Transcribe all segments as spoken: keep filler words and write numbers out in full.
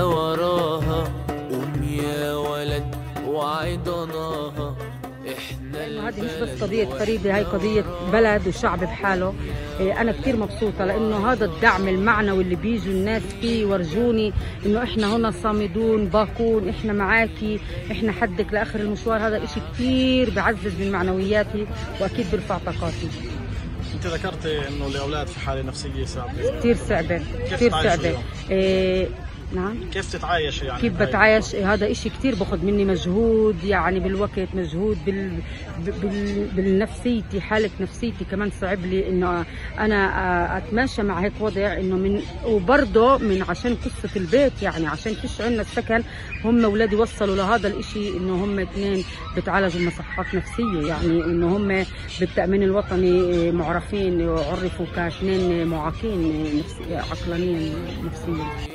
وراها قوم يا ولد وعيضناها. لأنه هذه مش بس قضية فريدة، هاي قضية بلد وشعب بحاله. أنا كتير مبسوطة لأنه هذا الدعم المعنوي اللي بيجوا الناس فيه ورجوني إنه إحنا هنا صامدون باقون، إحنا معاكي، إحنا حدك لآخر المشوار. هذا إشي كتير بعزز من معنوياتي وأكيد برفع طاقاتي. أنت ذكرتي إنه الأولاد في حالة نفسية صعبة، كتير صعبة كتير صعبة. نعم. كيف تتعايش يعني؟ كيف بتعايش؟ هذا إشي كتير باخد مني مجهود، يعني بالوقت مجهود بال... بال... بالنفسيتي، حالة نفسيتي كمان صعب لي إنه أنا أتماشى مع هيك وضع إنه من وبرضه من عشان قصة البيت، يعني عشان فيش عنا السكن. هم أولادي وصلوا لهذا الإشي إنه هم اثنين بتعالجوا مصحات نفسية، يعني إنه هم بالتأمين الوطني معرفين وعرفوا كاثنين معاقين نفسي عقلانيا نفسيا.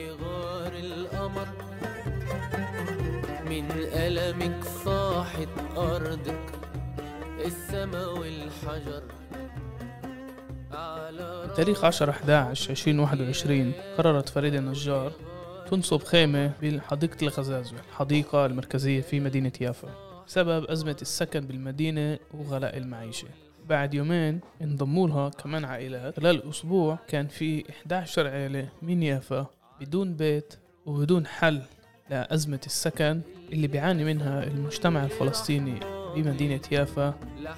من ألمك صاحت أرضك السما والحجر. تاريخ عشرة أحد عشر ألفين وواحد وعشرين قررت فريدة النجار تنصب خيمة بحديقة الغزازوة، الحديقة المركزية في مدينة يافا، بسبب أزمة السكن بالمدينة وغلاء المعيشة. بعد يومين انضموا لها كمان عائلات. خلال أسبوع كان في إحدى عشرة عائلة من يافا بدون بيت وبدون حل لأزمة السكن اللي بيعاني منها المجتمع الفلسطيني بمدينة يافا.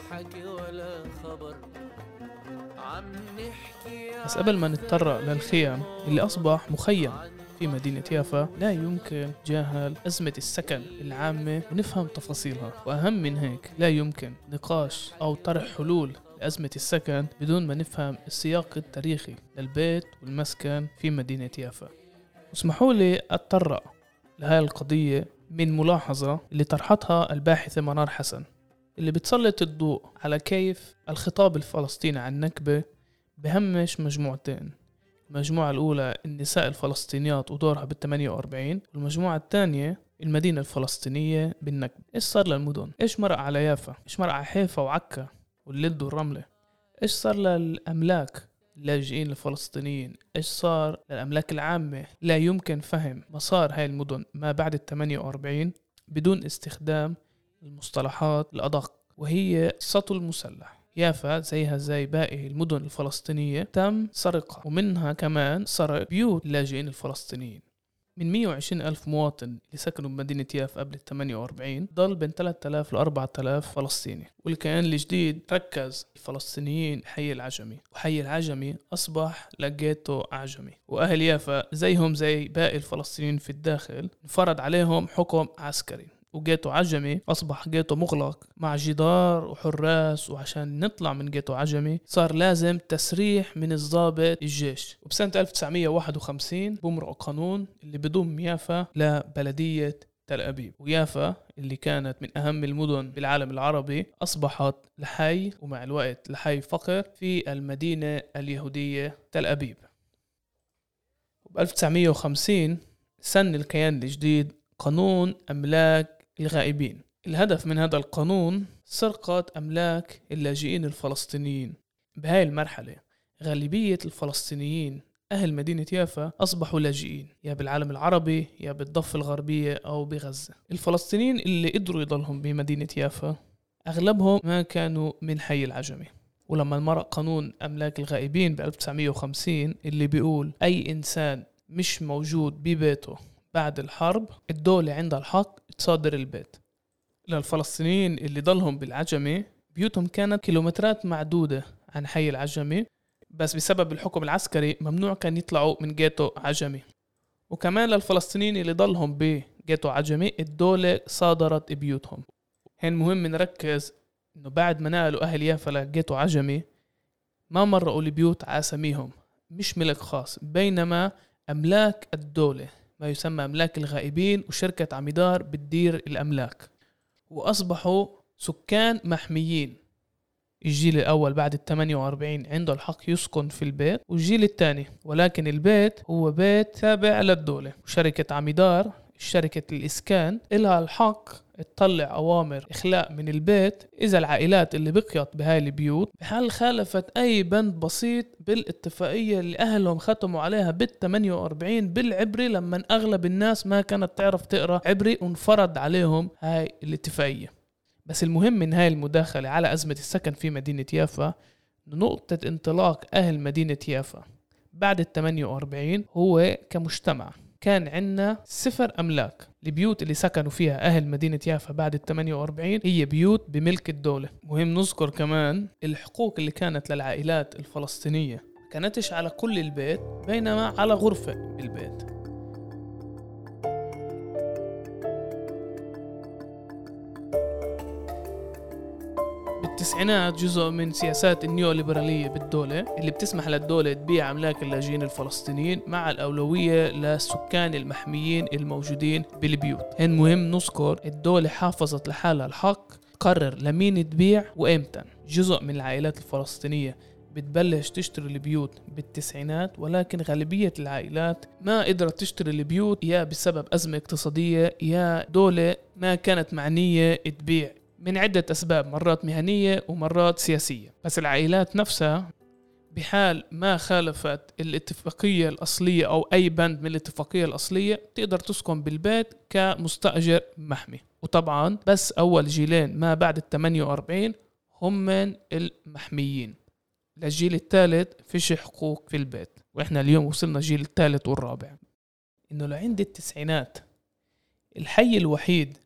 بس قبل ما نتطرق للخيام اللي أصبح مخيم في مدينة يافا، لا يمكن جاهل أزمة السكن العامة ونفهم تفاصيلها. وأهم من هيك، لا يمكن نقاش أو طرح حلول لأزمة السكن بدون ما نفهم السياق التاريخي للبيت والمسكن في مدينة يافا. اسمحوا لي أتطرق لهذه القضية من ملاحظة اللي طرحتها الباحثة منار حسن، اللي بتسلط الضوء على كيف الخطاب الفلسطيني عن النكبة بهمش مجموعتين. المجموعة الأولى النساء الفلسطينيات ودورها بالثمانية وأربعين، والمجموعة الثانية المدينة الفلسطينية بالنكبة. إيش صار للمدن؟ إيش مرق على يافا؟ إيش مرق على حيفا وعكا واللد والرملة؟ إيش صار للأملاك اللاجئين الفلسطينيين؟ إيش صار للأملاك العامة؟ لا يمكن فهم مسار هاي المدن ما بعد الثمانية وأربعين بدون استخدام المصطلحات الأدق، وهي السطو المسلح. يافا زيها زي باقي المدن الفلسطينية تم سرقها، ومنها كمان سرق بيوت اللاجئين الفلسطينيين. من مية وعشرين ألف مواطن اللي سكنوا بمدينة يافا قبل الثمانية وأربعين ضل بين ثلاثة آلاف ل أربعة آلاف فلسطيني. والكيان الجديد ركز الفلسطينيين حي العجمي، وحي العجمي أصبح لقيته عجمي. وأهل يافا زيهم زي باقي الفلسطينيين في الداخل انفرض عليهم حكم عسكري، وجيتو عجمي أصبح جيتو مغلق مع جدار وحراس. وعشان نطلع من جيتو عجمي صار لازم تسريح من الضابط الجيش. وبسنة ألف وتسعمية وواحد وخمسين بمرق قانون اللي بضم يافا لبلدية تل أبيب. ويافا اللي كانت من أهم المدن بالعالم العربي أصبحت لحي، ومع الوقت لحي فقر في المدينة اليهودية تل أبيب. وب ألف وتسعمية وخمسين سن الكيان الجديد قانون أملاك الغائبين. الهدف من هذا القانون سرقة أملاك اللاجئين الفلسطينيين. بهاي المرحلة غالبية الفلسطينيين أهل مدينة يافا أصبحوا لاجئين، يا بالعالم العربي يا بالضفة الغربية أو بغزة. الفلسطينيين اللي قدروا يضلهم بمدينة يافا أغلبهم ما كانوا من حي العجمي. ولما مرق قانون أملاك الغائبين ب ألف وتسعمية وخمسين اللي بيقول أي إنسان مش موجود ببيته بعد الحرب الدولة عندها الحق تصادر البيت. للفلسطينيين اللي ضلهم بالعجمي بيوتهم كانت كيلومترات معدودة عن حي العجمي، بس بسبب الحكم العسكري ممنوع كان يطلعوا من جيتو عجمي. وكمان للفلسطينيين اللي ضلهم بجيتو عجمي الدولة صادرت بيوتهم. هين مهم نركز إنه بعد ما نقلوا أهل يافا لجيتو عجمي ما مرقوا البيوت على أساميهم، مش ملك خاص، بينما أملاك الدولة ما يسمى أملاك الغائبين، وشركة عميدار بتدير الأملاك، وأصبحوا سكان محميين. الجيل الأول بعد الثمانية وأربعين عنده الحق يسكن في البيت، والجيل الثاني ولكن البيت هو بيت تابع للدولة، وشركة عميدار شركة الإسكان إلها الحق تطلع أوامر إخلاء من البيت إذا العائلات اللي بقيت بهاي البيوت بحال خالفت أي بند بسيط بالاتفاقية اللي أهلهم ختموا عليها بالثمانية وأربعين بالعبري، لما أغلب الناس ما كانت تعرف تقرأ عبري وانفرض عليهم هاي الاتفاقية. بس المهم من هاي المداخلة على أزمة السكن في مدينة يافا، نقطة انطلاق أهل مدينة يافا بعد الثمانية وأربعين هو كمجتمع كان عندنا صفر أملاك. البيوت اللي سكنوا فيها أهل مدينة يافا بعد الثمانية وأربعين هي بيوت بملك الدولة. مهم نذكر كمان الحقوق اللي كانت للعائلات الفلسطينية كانتش على كل البيت، بينما على غرفة بالبيت. بالتسعينات جزء من سياسات النيوليبرالية بالدولة اللي بتسمح للدولة تبيع أملاك اللاجئين الفلسطينيين مع الأولوية للسكان المحميين الموجودين بالبيوت. هن مهم نذكر الدولة حافظت لحالها الحق تقرر لمين تبيع وإمتى. جزء من العائلات الفلسطينية بتبلش تشتري البيوت بالتسعينات، ولكن غالبية العائلات ما قدرت تشتري البيوت يا بسبب أزمة اقتصادية يا دولة ما كانت معنية تبيع من عدة أسباب، مرات مهنية ومرات سياسية. بس العائلات نفسها بحال ما خالفت الاتفاقية الأصلية أو أي بند من الاتفاقية الأصلية تقدر تسكن بالبيت كمستأجر محمي. وطبعا بس أول جيلين ما بعد الثمانية وأربعين هم من المحميين، للجيل الثالث فيش حقوق في البيت. وإحنا اليوم وصلنا جيل الثالث والرابع. إنه لعند التسعينات الحي الوحيد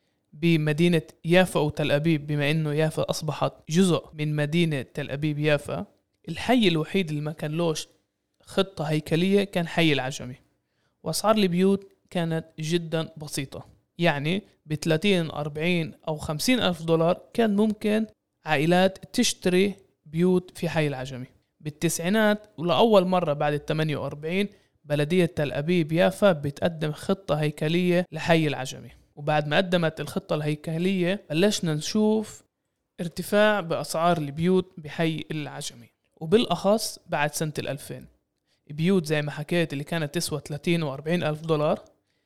بمدينة يافا وتل أبيب، بما إنه يافا أصبحت جزء من مدينة تل أبيب يافا، الحي الوحيد اللي ما كان لوش خطة هيكلية كان حي العجمي. وأسعار البيوت كانت جدا بسيطة، يعني بثلاثين أربعين أو خمسين ألف دولار كان ممكن عائلات تشتري بيوت في حي العجمي. بالتسعينات ولأول مرة بعد الثمانية وأربعين بلدية تل أبيب يافا بتقدم خطة هيكلية لحي العجمي. وبعد ما قدمت الخطة الهيكلية بلشنا نشوف ارتفاع بأسعار البيوت بحي العجمي، وبالأخص بعد سنة الألفين. بيوت زي ما حكيت اللي كانت تسوى ثلاثين وأربعين ألف دولار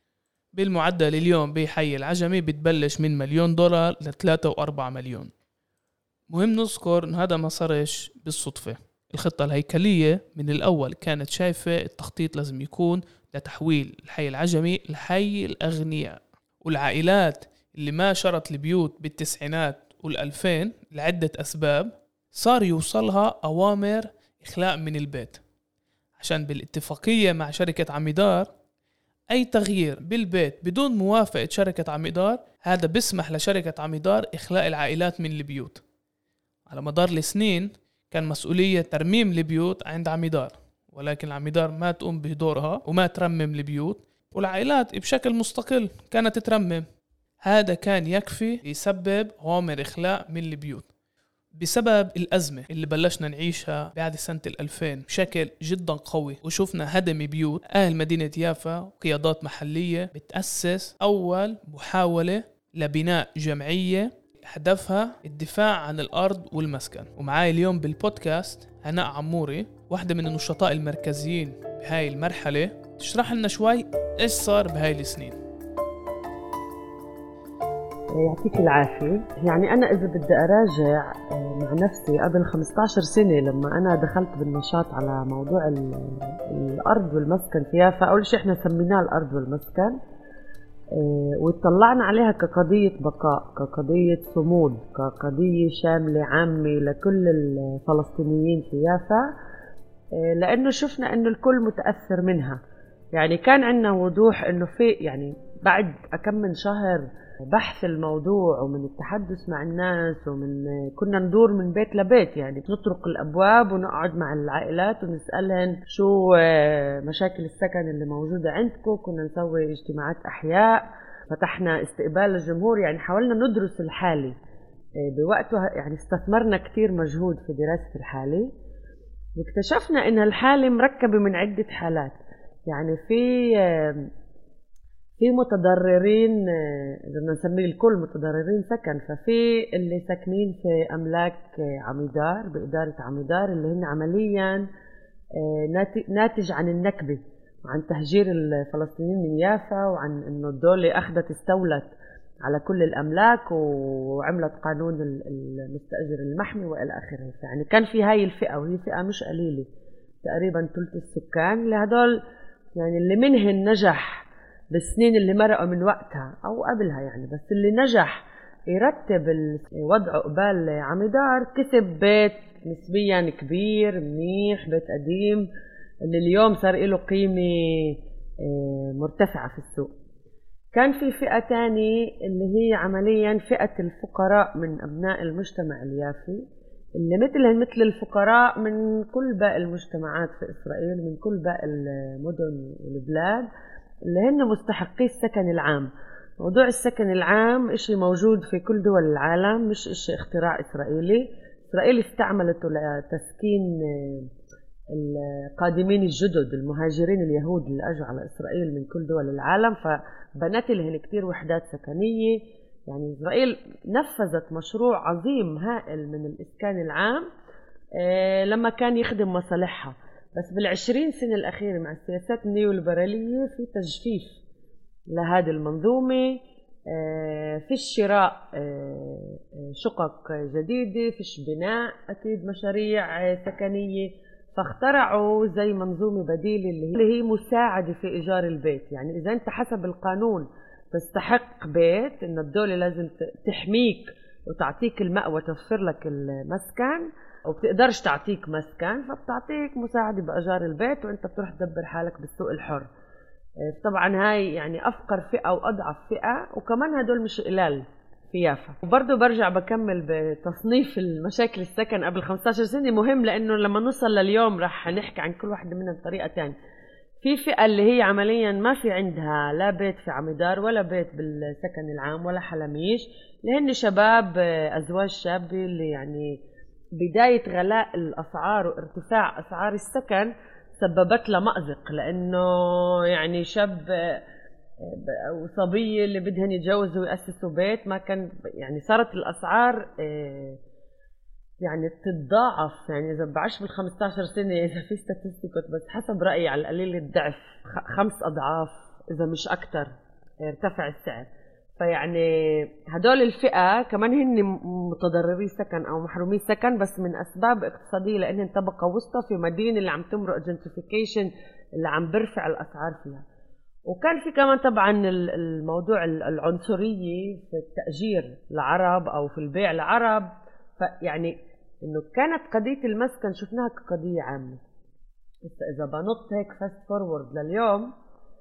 بالمعدل اليوم بحي العجمي بتبلش من مليون دولار لثلاثة وأربعة مليون. مهم نذكر إن هذا ما صارش بالصدفة. الخطة الهيكلية من الأول كانت شايفة التخطيط لازم يكون لتحويل الحي العجمي لحي الأغنياء، والعائلات اللي ما شرت البيوت بالتسعينات والألفين لعدة أسباب صار يوصلها أوامر إخلاء من البيت، عشان بالاتفاقية مع شركة عميدار أي تغيير بالبيت بدون موافقة شركة عميدار هذا بسمح لشركة عميدار إخلاء العائلات من البيوت. على مدار السنين كان مسؤولية ترميم البيوت عند عميدار، ولكن العميدار ما تقوم بدورها وما ترمم البيوت، والعائلات بشكل مستقل كانت ترمم. هذا كان يكفي يسبب أوامر إخلاء من البيوت. بسبب الأزمة اللي بلشنا نعيشها بعد سنة الألفين بشكل جدا قوي، وشوفنا هدم بيوت أهل مدينة يافا وقيادات محلية بتأسس أول محاولة لبناء جمعية هدفها الدفاع عن الأرض والمسكن. ومعاي اليوم بالبودكاست هناء عموري، واحدة من النشطاء المركزيين بهاي المرحلة، تشرح لنا شوي إيش صار بهاي السنين. يعطيك العافية. يعني أنا إذا بدي أراجع مع نفسي قبل خمسة عشر سنة لما أنا دخلت بالنشاط على موضوع الأرض والمسكن في يافا، أول شيء إحنا سميناه الأرض والمسكن، واتطلعنا عليها كقضية بقاء، كقضية صمود، كقضية شاملة عامة لكل الفلسطينيين في يافا، لأنه شفنا أنه الكل متأثر منها. يعني كان عندنا وضوح أنه في يعني بعد أكم من شهر بحث الموضوع ومن التحدث مع الناس، ومن كنا ندور من بيت لبيت، يعني نطرق الأبواب ونقعد مع العائلات ونسألهن شو مشاكل السكن اللي موجودة عندكم. كنا نسوي اجتماعات أحياء، فتحنا استقبال الجمهور، يعني حاولنا ندرس الحالة بوقتها. يعني استثمرنا كتير مجهود في دراسة الحالة، واكتشفنا إن الحالة مركبة من عدة حالات. يعني في في متضررين، بدنا نسميه الكل متضررين سكن، ففي اللي ساكنين في أملاك عميدار بإدارة عميدار اللي هن عمليا ناتج عن النكبة، وعن تهجير الفلسطينيين من يافا، وعن انه الدولة اخذت استولت على كل الاملاك وعملت قانون المستأجر المحمي والى اخره. يعني كان في هاي الفئة، وهي فئة مش قليلة، تقريبا ثلث السكان اللي هدول يعني اللي منهن نجح بالسنين اللي مرقوا من وقتها او قبلها يعني، بس اللي نجح يرتب وضعه قبال عمدار كسب بيت نسبيا كبير منيح، بيت قديم اللي اليوم صار له قيمة مرتفعة في السوق. كان في فئة تانية اللي هي عمليا فئة الفقراء من أبناء المجتمع اليافي، اللي مثل مثل الفقراء من كل باقي المجتمعات في إسرائيل، من كل باقي المدن والبلاد، اللي هن مستحقي السكن العام. موضوع السكن العام إشي موجود في كل دول العالم، مش إشي اختراع إسرائيلي. إسرائيل استعملته لتسكين القادمين الجدد، المهاجرين اليهود اللي أجوا على إسرائيل من كل دول العالم، فبنت لهم كتير وحدات سكنية. يعني إسرائيل نفذت مشروع عظيم هائل من الإسكان العام لما كان يخدم مصالحها، بس بالعشرين سنة الأخيرة مع السياسات النيوليبرالية في تجفيف لهذه المنظومة، في الشراء شقق جديدة، فيش بناء أكيد مشاريع سكنية، فاخترعوا زي منظومة بديلة اللي هي مساعدة في إيجار البيت. يعني إذا أنت حسب القانون تستحق بيت، إن الدولة لازم تحميك وتعطيك المأوى، توفر لك المسكن، وبتقدرش تعطيك مسكن فبتعطيك مساعدة بأجار البيت، وأنت بتروح تدبر حالك بالسوق الحر. طبعا هاي يعني أفقر فئة وأضعف فئة، وكمان هدول مش قلال في يافا. وبرضه برجع بكمل بتصنيف المشاكل السكن قبل خمسة عشر سنة مهم، لأنه لما نوصل لليوم رح نحكي عن كل واحدة منها بطريقة تانية. في فئة اللي هي عمليا ما في عندها لا بيت في عمدار ولا بيت بالسكن العام ولا حلميش، اللي هن شباب، أزواج شابة اللي يعني بداية غلاء الأسعار وارتفاع أسعار السكن سببت له مأزق، لأنه يعني شاب وصبية اللي بدهن يتجوزوا ويأسسوا بيت، ما كان يعني صارت الأسعار يعني تتضاعف. يعني إذا بعش بالخمسة عشر سنة، إذا في ستاتستيكوت بس حسب رأيي على القليل الضعف خمس أضعاف إذا مش أكتر ارتفع السعر. فيعني هدول الفئة كمان هن متضرري سكن أو محرومي سكن، بس من أسباب اقتصادية، لأنهن طبقة وسطى في مدينة اللي عم تمرق جنتريفيكيشن اللي عم برفع الأسعار فيها. وكان في كمان طبعا الموضوع العنصرية في التأجير العرب أو في البيع العرب. فيعني إنه كانت قضية المسكن شفناها كقضية عامة. إذا بنط هيك فاست فورورد لليوم،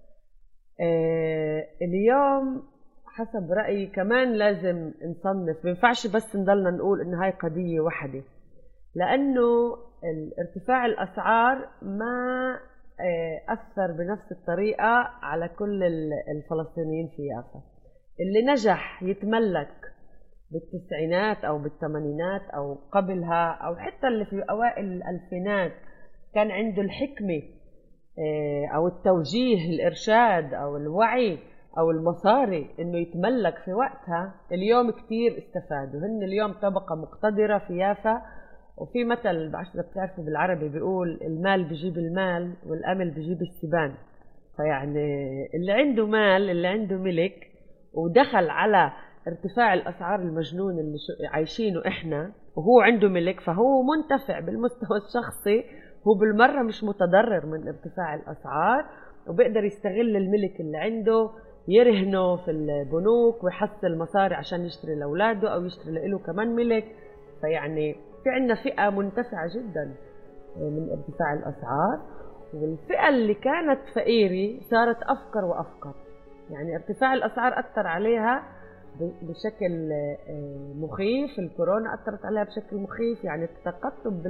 آه اليوم حسب رأيي كمان لازم نصنف، بينفعش بس نضلنا نقول إن هاي قضية واحدة، لأنه ارتفاع الأسعار ما أثر بنفس الطريقة على كل الفلسطينيين في يافا. اللي نجح يتملك بالتسعينات أو بالثمانينات أو قبلها، أو حتى اللي في أوائل الألفينات كان عنده الحكمة أو التوجيه، الإرشاد أو الوعي أو المصاري إنه يتملك في وقتها، اليوم كتير استفادوا. هن اليوم طبقة مقتدرة في يافا. وفي مثل بعرفش إذا بتعرفوا بالعربي بيقول المال بيجيب المال والأمل بيجيب السبان. فيعني اللي عنده مال، اللي عنده ملك ودخل على ارتفاع الأسعار المجنون اللي عايشينه إحنا وهو عنده ملك، فهو منتفع بالمستوى الشخصي، هو بالمرة مش متضرر من ارتفاع الأسعار، وبيقدر يستغل الملك اللي عنده يرهنه في البنوك ويحصل مصاري عشان يشتري لأولاده أو يشتري له كمان ملك. فيعني في عندنا فئة منتفعة جدا من ارتفاع الأسعار، والفئة اللي كانت فقيرة صارت أفقر وأفقر. يعني ارتفاع الأسعار أثر عليها بشكل مخيف، الكورونا أثرت عليها بشكل مخيف. يعني التقطب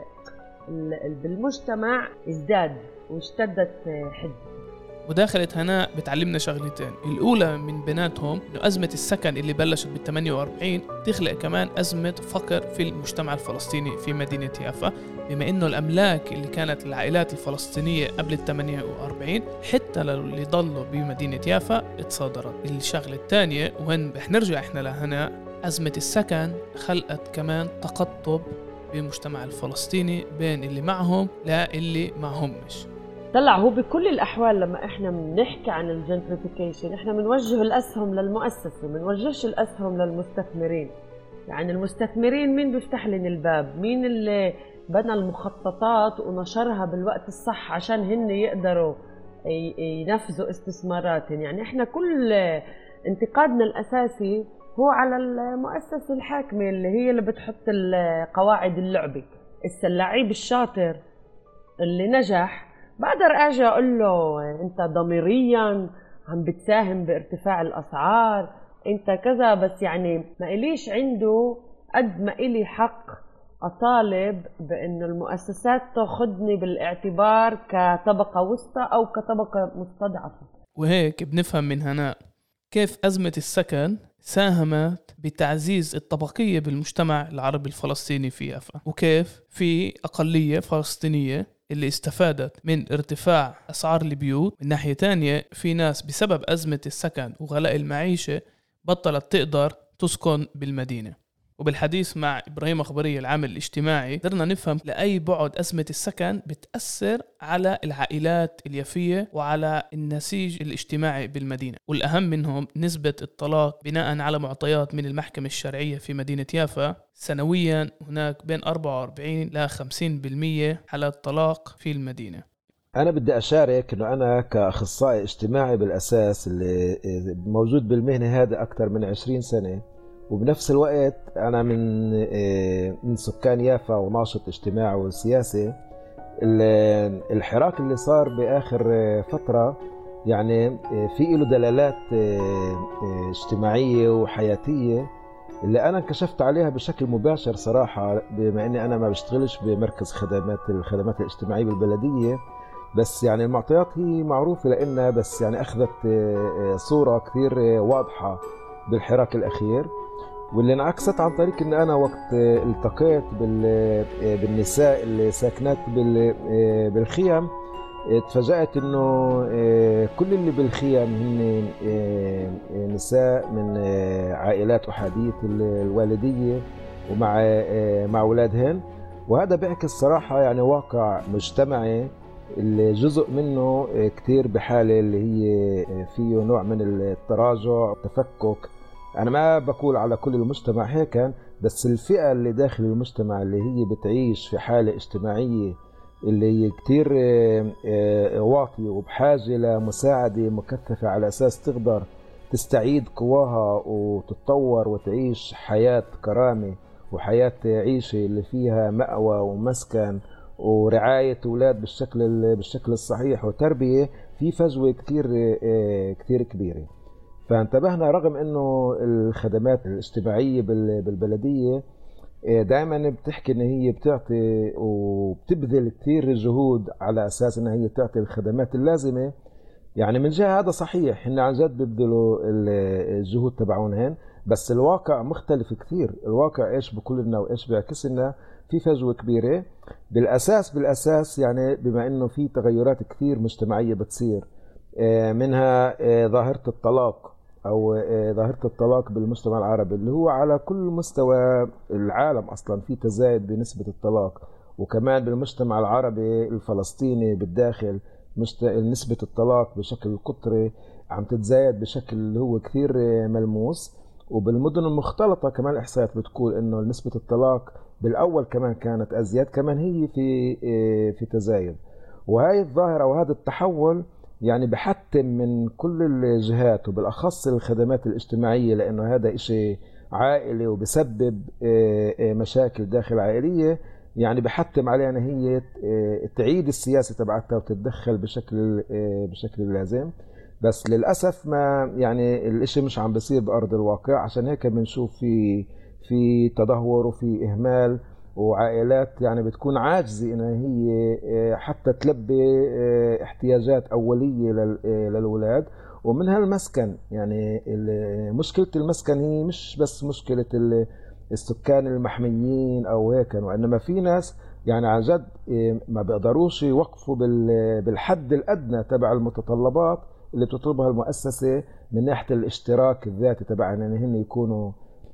بالمجتمع ازداد واشتدت حدة. مداخلة هناء بتعلمنا شغلتين، الأولى من بيناتهم إنه أزمة السكن اللي بلشت بالثمانية وأربعين تخلق كمان أزمة فقر في المجتمع الفلسطيني في مدينة يافا، بما إنه الأملاك اللي كانت للعائلات الفلسطينية قبل الثمانية وأربعين حتى اللي ضلوا بمدينة يافا اتصادرت. الشغلة الثانية وين رح نرجع إحنا لهناء، أزمة السكن خلقت كمان تقطب بالمجتمع الفلسطيني بين اللي معهم لا اللي معهم مش. طلع هو بكل الأحوال لما إحنا بنحكي عن الجنتريفيكيشن إحنا بنوجه الأسهم للمؤسسة، بنوجهش الأسهم للمستثمرين. يعني المستثمرين مين بيفتح لنا الباب؟ مين اللي بنى المخططات ونشرها بالوقت الصح عشان هن يقدروا ينفذوا استثماراتهم؟ يعني إحنا كل انتقادنا الأساسي هو على المؤسسة الحاكمة اللي هي اللي بتحط قواعد اللعبة. اللعيب الشاطر اللي نجح بقدر اجي اقول له انت ضميريا عم بتساهم بارتفاع الاسعار، انت كذا، بس يعني ما إليش عنده قد ما إلي حق اطالب بان المؤسسات تاخذني بالاعتبار كطبقة وسطى او كطبقة مستضعفة. وهيك بنفهم من هنا كيف أزمة السكن ساهمت بتعزيز الطبقية بالمجتمع العربي الفلسطيني في يافا، وكيف في أقلية فلسطينية اللي استفادت من ارتفاع أسعار البيوت. من ناحية تانية في ناس بسبب أزمة السكن وغلاء المعيشة بطلت تقدر تسكن بالمدينة. وبالحديث مع إبراهيم أخبارية العامل الاجتماعي قدرنا نفهم لأي بعد أزمة السكن بتأثر على العائلات اليافية وعلى النسيج الاجتماعي بالمدينة، والأهم منهم نسبة الطلاق. بناء على معطيات من المحكمة الشرعية في مدينة يافا سنويا هناك بين أربعة وأربعين إلى خمسين بالمئة حالات طلاق في المدينة. أنا بدي أشارك إنه أنا كأخصائي اجتماعي بالأساس اللي موجود بالمهنة هذا أكثر من عشرين سنة، وبنفس الوقت أنا من من سكان يافا وناشط اجتماعي وسياسي. الحراك اللي صار بآخر فترة يعني في له دلالات اجتماعية وحياتية اللي أنا انكشفت عليها بشكل مباشر صراحة، بما أني أنا ما بشتغلش بمركز خدمات الخدمات الاجتماعية بالبلدية، بس يعني المعطيات هي معروفة لأنها بس يعني أخذت صورة كثير واضحة بالحراك الأخير، واللي انعكست عن طريق ان انا وقت التقيت بالنساء اللي ساكنات بالخيام اتفاجأت انه كل اللي بالخيام هن نساء من عائلات احادية الوالدية ومع مع اولادهن. وهذا بيعكس صراحة يعني واقع مجتمعي اللي جزء منه كتير بحالة اللي هي فيه نوع من التراجع التفكك. أنا ما بقول على كل المجتمع هيك، بس الفئة اللي داخل المجتمع اللي هي بتعيش في حالة اجتماعية اللي هي كتير واطية وبحاجة لمساعدة مكثفة على أساس تقدر تستعيد قواها وتتطور وتعيش حياة كرامة وحياة عيشة اللي فيها مأوى ومسكن ورعاية أولاد بالشكل بالشكل الصحيح وتربية، في فجوة كتير كتير كبيرة. فانتبهنا رغم انه الخدمات الاجتماعية بالبلدية دائما بتحكي ان هي بتعطي وبتبذل كثير جهود على اساس انها هي تعطي الخدمات اللازمة، يعني من جهة هذا صحيح ان عن جد بيبذلوا الجهود تبعونهن، بس الواقع مختلف كثير. الواقع ايش بقول لنا وايش بيعكس لنا؟ في فجوة كبيرة بالاساس بالاساس يعني بما انه في تغيرات كثير مجتمعية بتصير، منها ظاهرة الطلاق أو ظاهرة الطلاق بالمجتمع العربي اللي هو على كل مستوى العالم أصلا في تزايد بنسبة الطلاق، وكمان بالمجتمع العربي الفلسطيني بالداخل نسبة الطلاق بشكل قطري عم تتزايد بشكل اللي هو كثير ملموس. وبالمدن المختلطة كمان الإحصائيات بتقول إنه نسبة الطلاق بالأول كمان كانت أزيد، كمان هي في في تزايد. وهاي الظاهرة وهذا التحول يعني بحتم من كل الجهات وبالأخص الخدمات الاجتماعية، لأنه هذا إشي عائلي وبسبب مشاكل داخل عائلية، يعني بحتم عليها أن هي تعيد السياسة تبعتها وتتدخل بشكل بشكل لازم. بس للأسف ما يعني الإشي مش عم بصير بأرض الواقع، عشان هيك بنشوف في في تدهور وفي إهمال، وعائلات يعني بتكون عاجزة إنها هي حتى تلبي احتياجات أولية للأولاد. ومن هالمسكن يعني مشكلة المسكن هي مش بس مشكلة السكان المحميين أو هيك، وإنما في ناس يعني عن جد ما بيقدروش يوقفوا بالحد الأدنى تبع المتطلبات اللي بتطلبها المؤسسة من ناحية الاشتراك الذاتي تبع إن هن يكونوا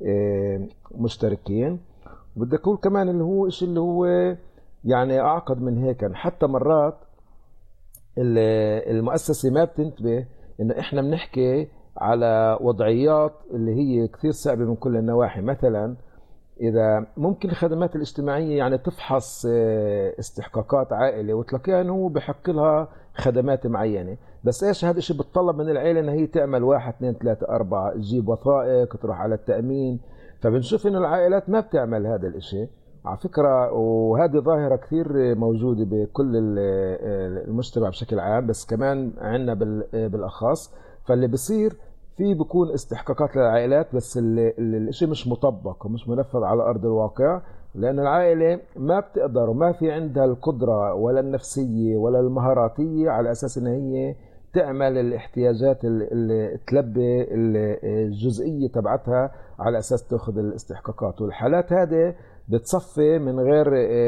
مشتركين. بدي أقول كمان اللي هو إيش اللي هو يعني أعقد من هيك، حتى مرات المؤسسة ما بتنتبه إنه إحنا بنحكي على وضعيات اللي هي كثير صعبة من كل النواحي. مثلا إذا ممكن الخدمات الاجتماعية يعني تفحص استحقاقات عائلة وتلاقيها إنه بحق لها خدمات معينة، بس إيش هذا الشيء بتطلب من العائلة إن هي تعمل واحد اثنين ثلاثة أربعة، تجيب وثائق، تروح على التأمين. فبنشوف إنه العائلات ما بتعمل هذا الإشي على فكرة، وهذه ظاهرة كثير موجودة بكل المجتمع بشكل عام، بس كمان عندنا بالأخص. فاللي بصير في بيكون استحقاقات للعائلات، بس الاشي مش مطبق ومش منفذ على أرض الواقع، لأن العائلة ما بتقدر وما في عندها القدرة ولا النفسية ولا المهاراتية على أساس إن هي تعمل الاحتياجات اللي تلبي الجزئية تبعتها على أساس تأخذ الاستحقاقات. والحالات هذه بتصفي من غير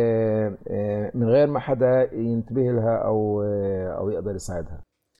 من غير ما حدا ينتبه لها أو أو يقدر يساعدها.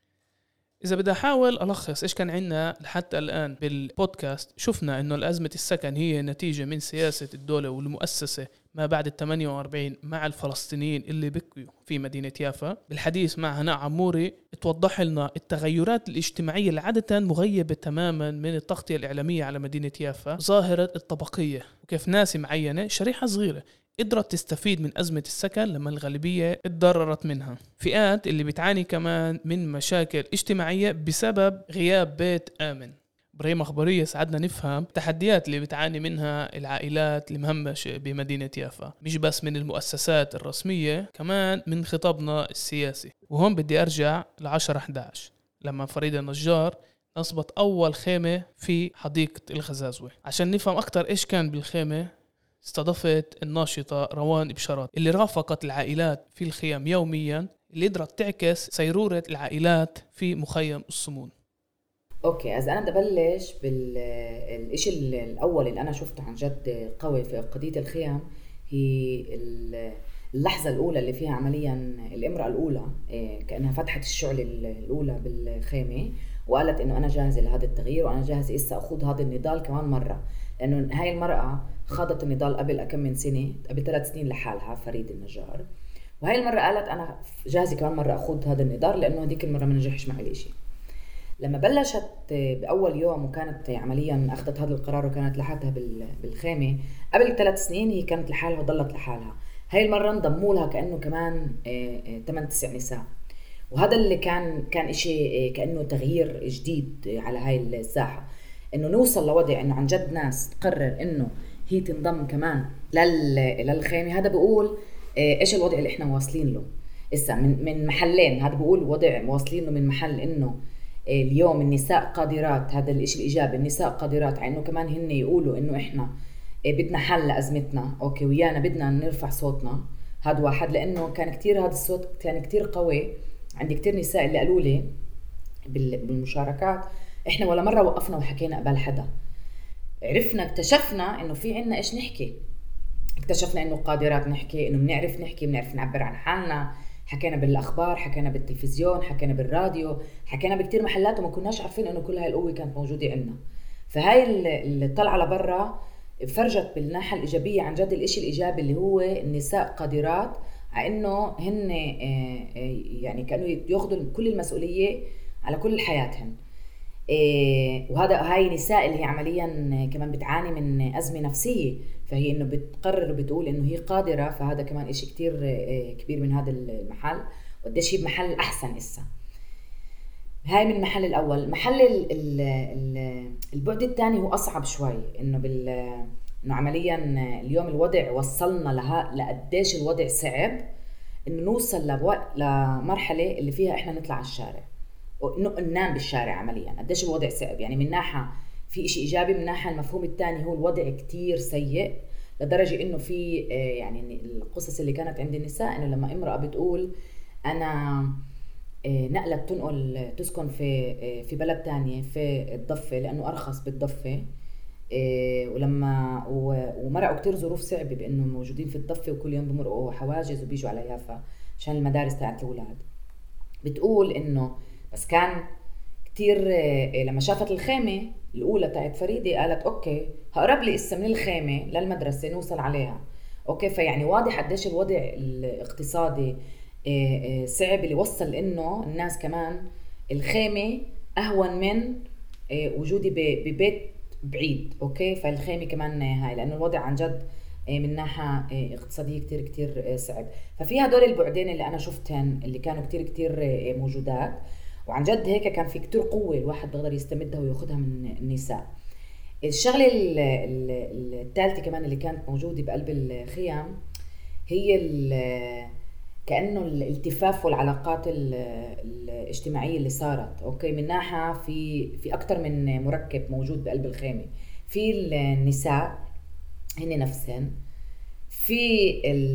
إذا بدي أحاول ألخص إيش كان عنا لحتى الآن بالبودكاست، شفنا إنه الأزمة السكن هي نتيجة من سياسة الدولة والمؤسسة ما بعد الثمانية وأربعين مع الفلسطينيين اللي بقوا في مدينة يافا. بالحديث مع هناء عموري توضح لنا التغيرات الاجتماعية اللي عادة مغيبة تماما من التغطية الإعلامية على مدينة يافا، ظاهرة الطبقية، وكيف ناس معينة شريحة صغيرة قدرت تستفيد من أزمة السكن لما الغالبية اتضررت منها. فئات اللي بتعاني كمان من مشاكل اجتماعية بسبب غياب بيت آمن. بريم أخبارية ساعدنا نفهم التحديات اللي بتعاني منها العائلات المهمشة بمدينة يافا، مش بس من المؤسسات الرسمية، كمان من خطابنا السياسي. وهون بدي أرجع لعشرة أحد عشر لما فريدة النجار نصبت أول خيمة في حديقة الغزازوة. عشان نفهم أكتر إيش كان بالخيمة، استضافت الناشطة روان بشارات اللي رافقت العائلات في الخيام يوميا، اللي قدرت تعكس سيرورة العائلات في مخيم الصمون. اوكي، از انا بدي ابلش بالشيء الاول اللي انا شفته عن جد قوي في قضية الخيام. هي اللحظة الاولى اللي فيها عمليا الامرأة الاولى كأنها فتحت الشعلة الاولى بالخيمة وقالت انه انا جاهزة لهذا التغيير وانا جاهزة إسا اخوض هذا النضال كمان مرة، لانه هاي المرأة خاضت النضال قبل أكم من سنة، قبل ثلاث سنين لحالها، فريد النجار، وهي المرة قالت أنا جاهزة كمان مرة أخوض هذا النضال لأنه هذيك المرة ما نجحش معي ليشي. لما بلشت بأول يوم وكانت عمليا أخذت هذا القرار وكانت لحالها بالخيمة، قبل ثلاث سنين هي كانت لحالها وضلت لحالها. هاي المرة انضموا لها كأنه كمان ثمان تسع نساء، وهذا اللي كان كان إشي كأنه تغيير جديد على هاي الساحة، إنه نوصل لوضع إنه عن جد ناس تقرر إنه هي تنضم كمان للخيمة. هذا بقول إيش الوضع اللي إحنا واصلين له إسا من من محلين. هذا بقول وضع واصلين له من محل إنه اليوم النساء قادرات، هذا الإشي الإيجابي، النساء قادرات، إنه كمان هن يقولوا إنه إحنا بدنا حل لأزمتنا، أوكي ويانا بدنا نرفع صوتنا. هذا واحد، لأنه كان كتير هذا الصوت كان كتير قوي. عندي كتير نساء اللي قالوا لي بالمشاركات إحنا ولا مرة وقفنا وحكينا قبل حدا، عرفنا اكتشفنا إنه في عنا إيش نحكي، اكتشفنا إنه قادرات نحكي، إنه بنعرف نحكي، بنعرف نعبر عن حالنا. حكينا بالأخبار، حكينا بالتلفزيون، حكينا بالراديو، حكينا بكتير محلات وما كناش عارفين إنه كل هاي القوة كانت موجودة عنا. فهاي اللي طلع لبرا فرجت بالناحية الإيجابية عن جد الإشي الإيجابي اللي هو النساء قادرات على إنه هن يعني كانوا يأخذوا كل المسؤولية على كل حياتهم. وهذا هاي نساء اللي هي عمليا كمان بتعاني من أزمة نفسية، فهي إنه بتقرر وبتقول إنه هي قادرة. فهذا كمان إشي كتير كبير من هذا المحل، وقديش هي بمحل أحسن إسا. هاي من المحل الأول. محل البعد الثاني هو أصعب شوي، إنه بال إنه عمليا اليوم الوضع وصلنا لها لقديش الوضع صعب إنه نوصل لمرحلة اللي فيها إحنا نطلع على الشارع ننام بالشارع. عمليا قديش الوضع صعب، يعني من ناحية في إشي إيجابي، من ناحية المفهوم الثاني هو الوضع كتير سيء لدرجة إنه في يعني القصص اللي كانت عند النساء إنه لما امرأة بتقول أنا نقلت تنقل تسكن في في بلد تانية في الضفة لأنه أرخص بالضفة، ولما ومرقوا كتير ظروف صعبة بأنه موجودين في الضفة وكل يوم بمرقوا حواجز وبيجوا على يافا عشان المدارس تاعت الأولاد، بتقول إنه بس كان كتير لما شافت الخيمة الأولى تاعت فريدة قالت أوكي هقرب لي إسا من الخيمة للمدرسة نوصل عليها. أوكي، فيعني واضح قديش الوضع الاقتصادي صعب اللي وصل إنه الناس كمان الخيمة أهون من وجودي ببيت بعيد. أوكي، فالخيمة كمان هاي، لأنه الوضع عن جد من ناحية اقتصادية كتير كتير صعب. ففي هدول البعدين اللي أنا شفتهن اللي كانوا كتير كتير موجودات، وعن جد هيك كان في كتير قوة الواحد بيقدر يستمدها ويأخذها من النساء. الشغلة الثالثة كمان اللي كانت موجودة بقلب الخيام هي كأنه الالتفاف والعلاقات الاجتماعية اللي صارت. أوكي، من ناحية في في أكتر من مركب موجود بقلب الخيمة. في النساء هن نفسهن، في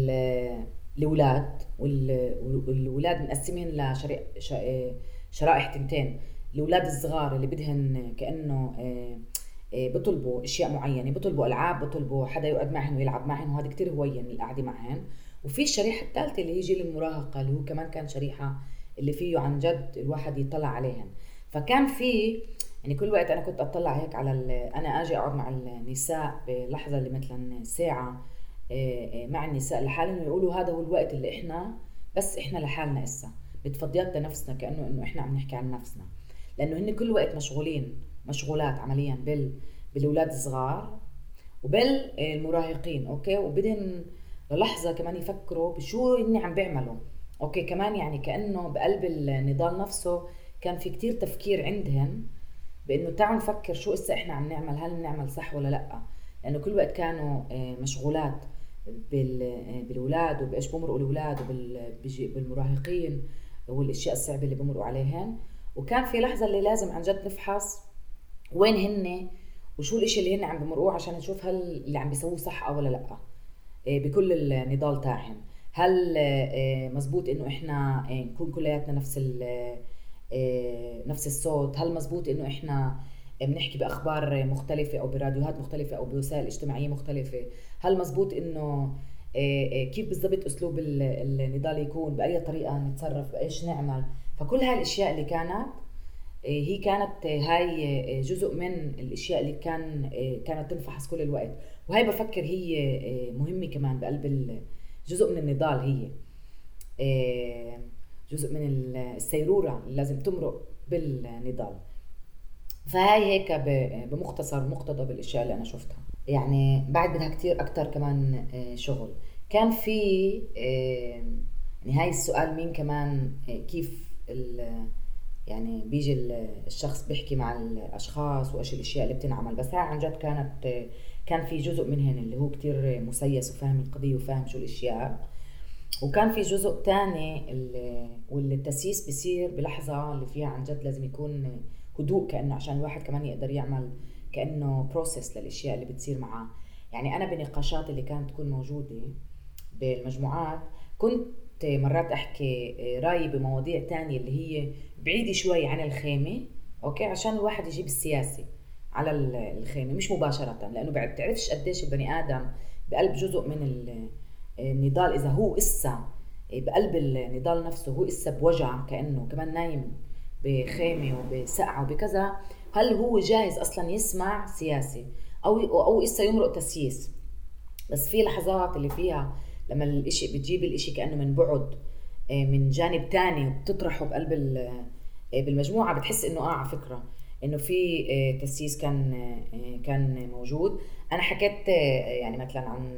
الأولاد، والأولاد مقسمين لشرائح تنتين. الأولاد الصغار اللي بدهن كأنه بطلبوا اشياء معينه، بطلبوا العاب، بطلبوا حدا يقعد معهم ويلعب معهم، وهذا كتير هوين القعده معهم. وفي الشريحه الثالثه اللي هي جيل المراهقه، اللي هو كمان كان شريحه اللي فيه عن جد الواحد يطلع عليهم. فكان في يعني كل وقت انا كنت اطلع هيك على انا اجي اقعد مع النساء بلحظه اللي مثلا ساعه مع النساء لحالهم، ويقولوا هذا هو الوقت اللي احنا بس احنا لحالنا اسا بتفضيات لنفسنا، كانه انه احنا عم نحكي عن نفسنا، لانه هن كل وقت مشغولين مشغولات عمليا بال بالاولاد الصغار وبالمراهقين. اوكي، وبدهم للحظه كمان يفكروا بشو اني عم بعمله. اوكي، كمان يعني كانه بقلب النضال نفسه كان في كتير تفكير عندهم بانه تعالوا نفكر شو اسا احنا عم نعمل، هل بنعمل صح ولا لا، لانه كل وقت كانوا مشغولات بالاولاد وبايش بمرقوا الاولاد وبالمراهقين والاشياء الصعبه اللي بمرقوا عليهن. وكان في لحظه اللي لازم عن جد نفحص وين هن وشو الاشي اللي هن عم بمرقوه عشان نشوف هل اللي عم بيسووه صح او ولا لا بكل النضال تاعهم. هل مزبوط انه احنا نكون كلياتنا نفس نفس الصوت؟ هل مزبوط انه احنا بنحكي باخبار مختلفه او براديوهات مختلفه او بوسائل اجتماعيه مختلفه؟ هل مزبوط انه كيف بالضبط اسلوب النضال يكون، باي طريقه نتصرف، بايش نعمل؟ فكل هاي الاشياء اللي كانت هي كانت هاي جزء من الاشياء اللي كان كانت تنفحص كل الوقت. وهي بفكر هي مهمه كمان بقلب جزء من النضال، هي جزء من السيروره اللي لازم تمرق بالنضال. فهاي هيك بمختصر مقتضى بالاشياء اللي انا شفتها. يعني بعد بدها كتير اكتر كمان شغل. كان في يعني هاي السؤال مين كمان كيف يعني بيجي الشخص بيحكي مع الاشخاص وايش الاشياء اللي بتنعمل. بس هاي عن جد كانت كان في جزء منهن اللي هو كتير مسيس وفاهم القضيه وفاهم شو الاشياء، وكان في جزء تاني اللي واللي التسييس بيصير بلحظه اللي فيها عن جد لازم يكون هدوء، كانه عشان الواحد كمان يقدر يعمل كانه بروسيس للاشياء اللي بتصير معاه. يعني انا بنقاشات اللي كانت تكون موجوده بالمجموعات كنت مرات احكي رايي بمواضيع تانية اللي هي بعيدة شوي عن الخيمة. اوكي، عشان الواحد يجيب السياسي على الخيمة مش مباشرة، لانه بعد تعرفش قديش البني ادم بقلب جزء من النضال اذا هو اسا بقلب النضال نفسه هو اسا بوجع كأنه كمان نايم بخيمة وبسقعة وبكذا، هل هو جاهز اصلا يسمع سياسي او او اسا يمرق تسييس. بس في لحظات اللي فيها لما الاشي بتجيب الاشي كأنه من بعد من جانب تاني وبتطرحه بقلب بالمجموعة، بتحس انه اه على فكرة انه في تسييس كان كان موجود. انا حكيت يعني مثلا عن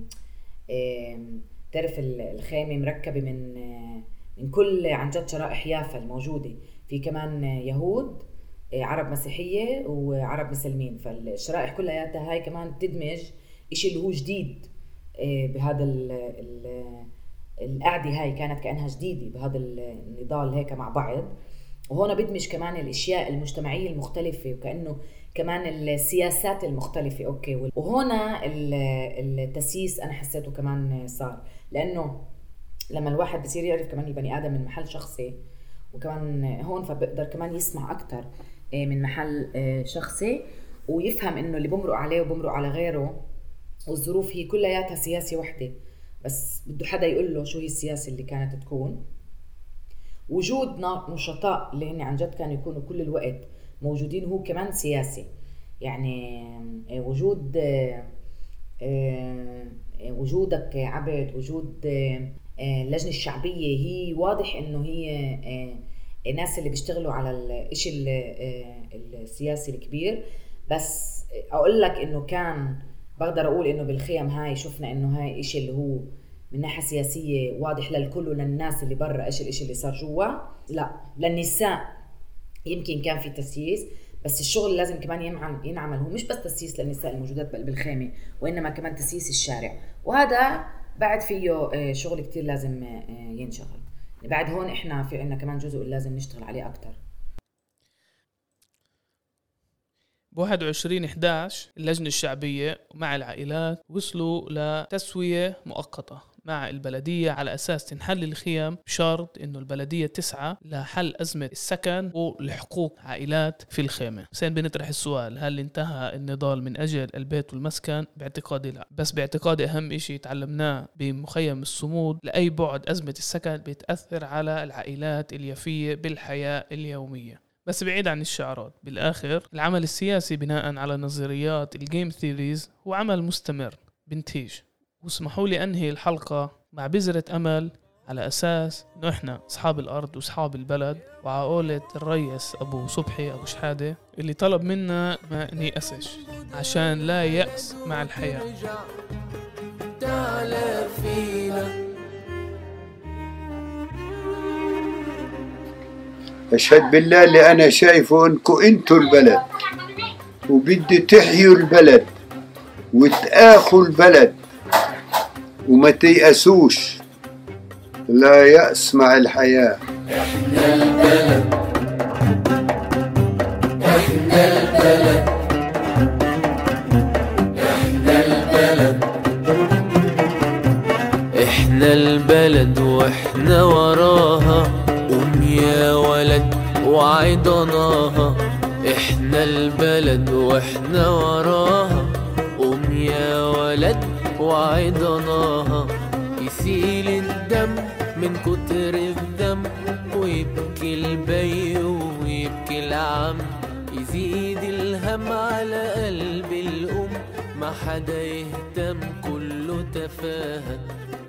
تعرف الخيمة مركبة من من كل عن جد شرائح يافا الموجودة، في كمان يهود عرب مسيحية وعرب مسلمين، فالشرائح كلها هاي كمان تدمج اشي اللي هو جديد بهذا القعدة. هاي كانت كأنها جديدة بهذا النضال هيك مع بعض. وهنا بدمج كمان الاشياء المجتمعية المختلفة وكأنه كمان السياسات المختلفة. اوكي، وهنا التسييس انا حسيته كمان صار، لانه لما الواحد بصير يعرف كمان البني ادم من محل شخصي، وكمان هون فبقدر كمان يسمع اكتر من محل شخصي ويفهم انه اللي بمرق عليه وبمرق على غيره والظروف هي كلياتها سياسة وحدة، بس بده حدا يقول له شو هي السياسة اللي كانت تكون. وجود نشطاء اللي هن عن جد كانوا يكونوا كل الوقت موجودين هو كمان سياسي. يعني وجود وجودك عبد، وجود اللجنة الشعبية هي واضح إنه هي الناس اللي بيشتغلوا على الإشي السياسي الكبير. بس أقول لك إنه كان بقدر أقول إنه بالخيم هاي شفنا إنه هاي إشي اللي هو من ناحية سياسية واضح للكل وللناس اللي برا إيش الإشي اللي صار جوا. لا للنساء يمكن كان في تسييس، بس الشغل لازم كمان ينعمل, ينعمل هو مش بس تسييس للنساء الموجودات بالخيمة، وإنما كمان تسييس الشارع، وهذا بعد فيه شغل كتير لازم ينشغل. بعد هون إحنا في عنا كمان جزء لازم نشتغل عليه أكتر. بواحد وعشرين إحدى عشر اللجنة الشعبية مع العائلات وصلوا لتسوية مؤقتة مع البلدية على أساس تنحل الخيام، بشرط إنه البلدية تسعى لحل أزمة السكن ولحقوق عائلات في الخيمة. سين بنطرح السؤال، هل انتهى النضال من أجل البيت والمسكن؟ باعتقادي لا، بس باعتقادي أهم إشي تعلمناه بمخيم الصمود، لأي بعد أزمة السكن بتأثر على العائلات اليافية بالحياة اليومية. بس بعيد عن الشعارات، بالآخر العمل السياسي بناء على نظريات الجيم ثيريز هو عمل مستمر بنتيج. واسمحوا لي أنهي الحلقة مع بذرة أمل على أساس إنه إحنا أصحاب الأرض وأصحاب البلد، وعقولة الرئيس أبو صبحي أبو شحادة اللي طلب منا ما نيأسش عشان لا يأس مع الحياة. تعالى فينا أشهد بالله اللي أنا شايفه إنكم أنتوا البلد، وبدي تحيوا البلد وتآخوا البلد وما تيأسوش، لا يأس مع الحياة. إحنا البلد، إحنا البلد، إحنا البلد، إحنا البلد وإحنا وراها، قوم يا ولد وعيضناها. إحنا البلد وإحنا وراها، قوم يا ولد وعيضناها. يسيل الدم من كتر الذنب ويبكي البي ويبكي العم، يزيد الهم على قلب الأم، ما حدا يهتم كله تفاهة.